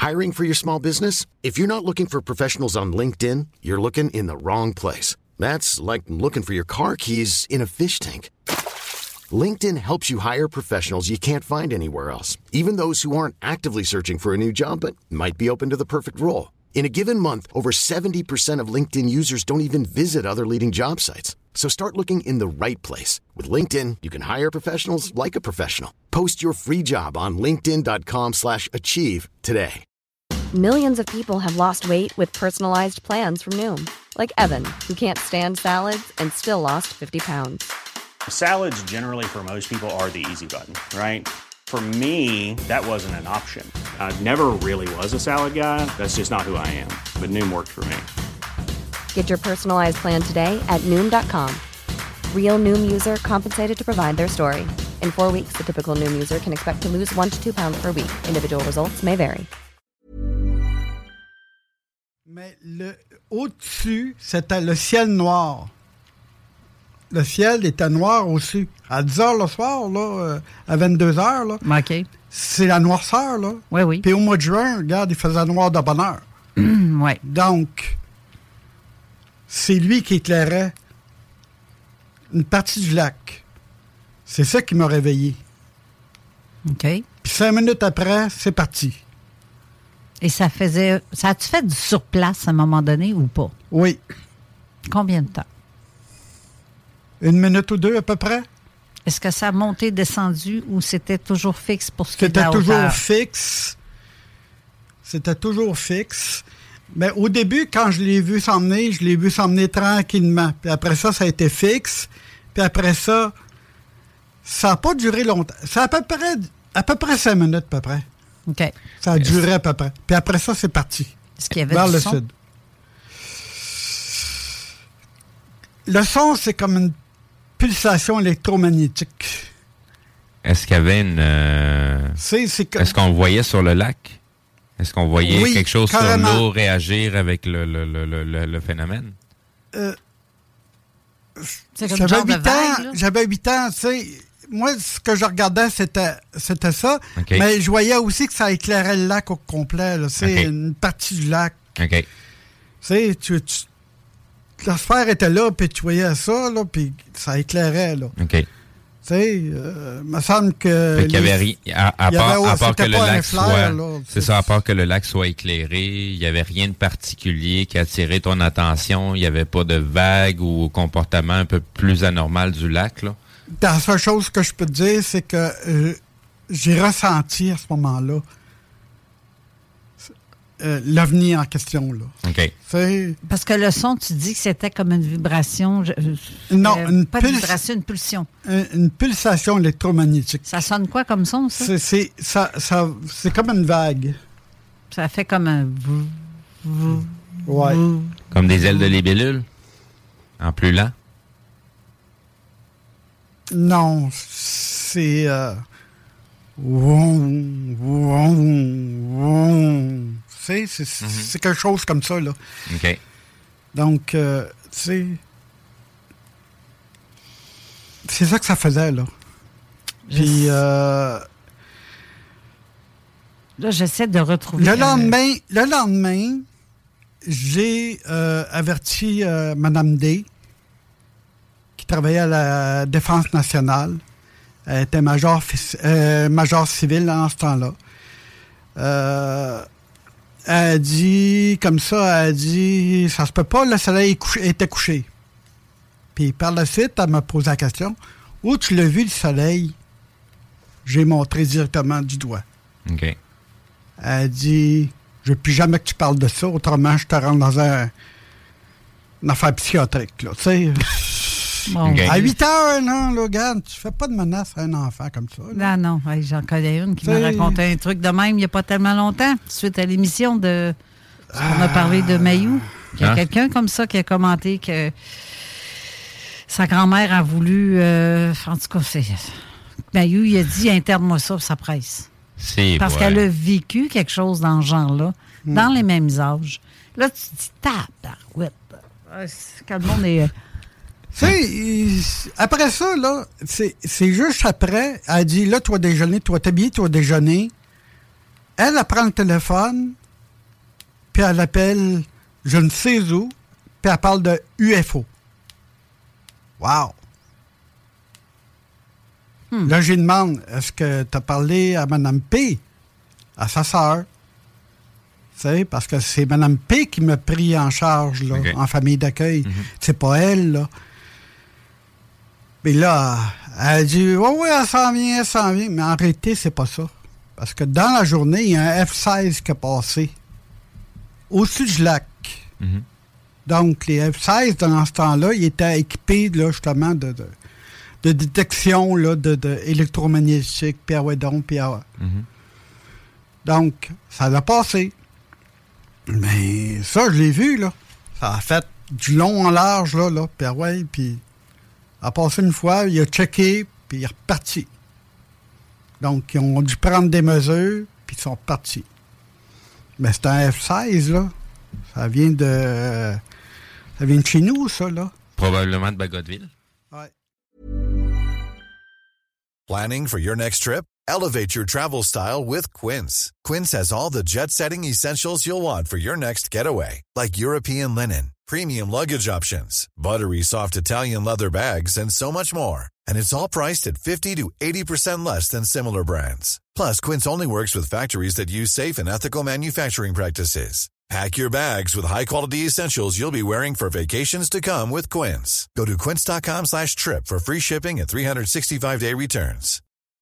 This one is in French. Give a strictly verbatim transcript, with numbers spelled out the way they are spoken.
Hiring for your small business? If you're not looking for professionals on LinkedIn, you're looking in the wrong place. That's like looking for your car keys in a fish tank. LinkedIn helps you hire professionals you can't find anywhere else, even those who aren't actively searching for a new job but might be open to the perfect role. In a given month, over seventy percent of LinkedIn users don't even visit other leading job sites. So start looking in the right place. With LinkedIn, you can hire professionals like a professional. Post your free job on linkedin.com slash achieve today. Millions of people have lost weight with personalized plans from Noom. Like Evan, who can't stand salads and still lost fifty pounds. Salads generally for most people are the easy button, right? For me, that wasn't an option. I never really was a salad guy. That's just not who I am. But Noom worked for me. Get your personalized plan today at Noom dot com. Real Noom user compensated to provide their story. In four weeks, the typical Noom user can expect to lose one to two pounds per week. Individual results may vary. Mais le, au-dessus, c'était le ciel noir. Le ciel était noir au-dessus. À dix heures le soir, là, euh, à vingt-deux heures, là, OK. c'est la noirceur. Là. Oui, oui. Puis au mois de juin, regarde, il faisait noir de bonne heure. Oui. Donc, c'est lui qui éclairait une partie du lac. C'est ça qui m'a réveillé. OK. Puis cinq minutes après, c'est parti. Et ça faisait... Ça a-tu fait du surplace à un moment donné ou pas? Oui. Combien de temps? Une minute ou deux à peu près. Est-ce que ça a monté, descendu ou c'était toujours fixe pour ce qui est de la C'était hauteur? toujours fixe. C'était toujours fixe. Mais au début, quand je l'ai vu s'emmener, je l'ai vu s'emmener tranquillement. Puis après ça, ça a été fixe. Puis après ça, ça n'a pas duré longtemps. Ça a à peu près, à peu près cinq minutes, à peu près. OK. Ça a duré à peu près. Puis après ça, c'est parti. Est-ce qu'il y avait vers du le son? sud. Le son, c'est comme une pulsation électromagnétique. Est-ce qu'il y avait une... Euh... C'est, c'est que... Est-ce qu'on voyait sur le lac? Est-ce qu'on voyait oui, quelque chose carrément. sur l'eau réagir avec le, le, le, le, le phénomène? Euh, C'est comme j'avais genre de huit ans, vague, là? j'avais huit ans, tu sais. Moi, ce que je regardais, c'était, c'était ça. Okay. Mais je voyais aussi que ça éclairait le lac au complet. Là. C'est okay. une partie du lac. OK. Tu sais, tu, tu, la sphère était là, puis tu voyais ça, là, puis ça éclairait. Là. OK. Tu sais, euh, il me semble que... Fait qu'il y avait rien, à, à part, avait, à part que le lac flair, soit... là, c'est ça, à part que le lac soit éclairé, il n'y avait rien de particulier qui attirait ton attention, il n'y avait pas de vague ou comportement un peu plus anormal du lac, là? La seule chose que je peux te dire, c'est que euh, j'ai ressenti à ce moment-là euh, l'avenir en question. Là. OK. C'est... Parce que le son, tu dis que c'était comme une vibration. Je, non, euh, une pas puls- une vibration, une pulsion. Une, une pulsation électromagnétique. Ça sonne quoi comme son, ça? C'est, c'est, ça, ça, c'est comme une vague. Ça fait comme un... vou, vou, Ouais. vou. Comme des ailes de libellule? En plus lent? Non, c'est... Euh... Vroom, vroom, vroom. C'est, c'est, Mm-hmm. c'est quelque chose comme ça, là. OK. Donc, euh, tu sais... C'est ça que ça faisait, là. Puis, euh, Là, j'essaie de retrouver... le euh, lendemain, le lendemain, j'ai euh, averti euh, Mme D, qui travaillait à la Défense nationale. Elle était major, euh, major civile en ce temps-là. Euh, elle a dit, comme ça, elle a dit, ça se peut pas, le soleil est couché, était couché. Puis par la suite, elle m'a posé la question, où tu l'as vu le soleil? J'ai montré directement du doigt. OK. Elle a dit, je ne veux plus jamais que tu parles de ça, autrement je te rends dans un, une affaire psychiatrique, là, tu sais. bon, OK. À huit heures, non, là, regarde, tu fais pas de menace à un enfant comme ça. là. Non, non, hey, j'en connais une qui m'a C'est- raconté un truc de même il n'y a pas tellement longtemps, suite à l'émission de... On a parlé de Mayou. Il y a Ah. quelqu'un comme ça qui a commenté que sa grand-mère a voulu... euh, en tout cas, c'est... Mayou, il a dit, interne-moi ça, ça presse. C'est Parce ouais. qu'elle a vécu quelque chose dans ce genre-là, dans les mêmes âges. Là, tu te dis, tabarouette. Ah, c'est- Quand le monde est... Tu sais, il- après ça, là, c'est, c'est juste après, elle a dit, là, toi déjeuner, toi t'habiller, toi déjeuner. Elle, elle prend le téléphone, puis elle appelle je ne sais où, puis elle parle de U F O. Wow! Hmm. Là, je lui demande, est-ce que tu as parlé à Mme P, à sa sœur? Tu sais, parce que c'est Mme P qui m'a pris en charge, là, okay. en famille d'accueil. Mm-hmm. C'est pas elle, là. Mais là, elle a dit, oui, oui, elle s'en vient, elle s'en vient. Mais en réalité, c'est pas ça. Parce que dans la journée, il y a un F seize qui a passé au-dessus du lac. Mm-hmm. Donc, les F seize, dans ce temps-là, ils étaient équipés, là, justement, de, de, de détection là, de, de électromagnétique, puis ah ouais, donc, puis ah ouais. Mm-hmm. Donc, ça l'a passé. Mais ça, je l'ai vu, là. Ça a fait du long en large, là, là. Puis ouais, puis a passé une fois, il a checké, puis il est reparti. Donc, ils ont dû prendre des mesures, puis ils sont repartis. Mais c'est un F seize, là. Ça vient de... Euh, ça vient de chez nous, ça, là. Probablement de Bagotville. Ouais. Planning for your next trip? Elevate your travel style with Quince. Quince has all the jet-setting essentials you'll want for your next getaway, like European linen, premium luggage options, buttery soft Italian leather bags, and so much more. And it's all priced at fifty to eighty percent less than similar brands. Plus, Quince only works with factories that use safe and ethical manufacturing practices. Pack your bags with high-quality essentials you'll be wearing for vacations to come with Quince. Go to quince.com slash trip for free shipping and three sixty-five day returns.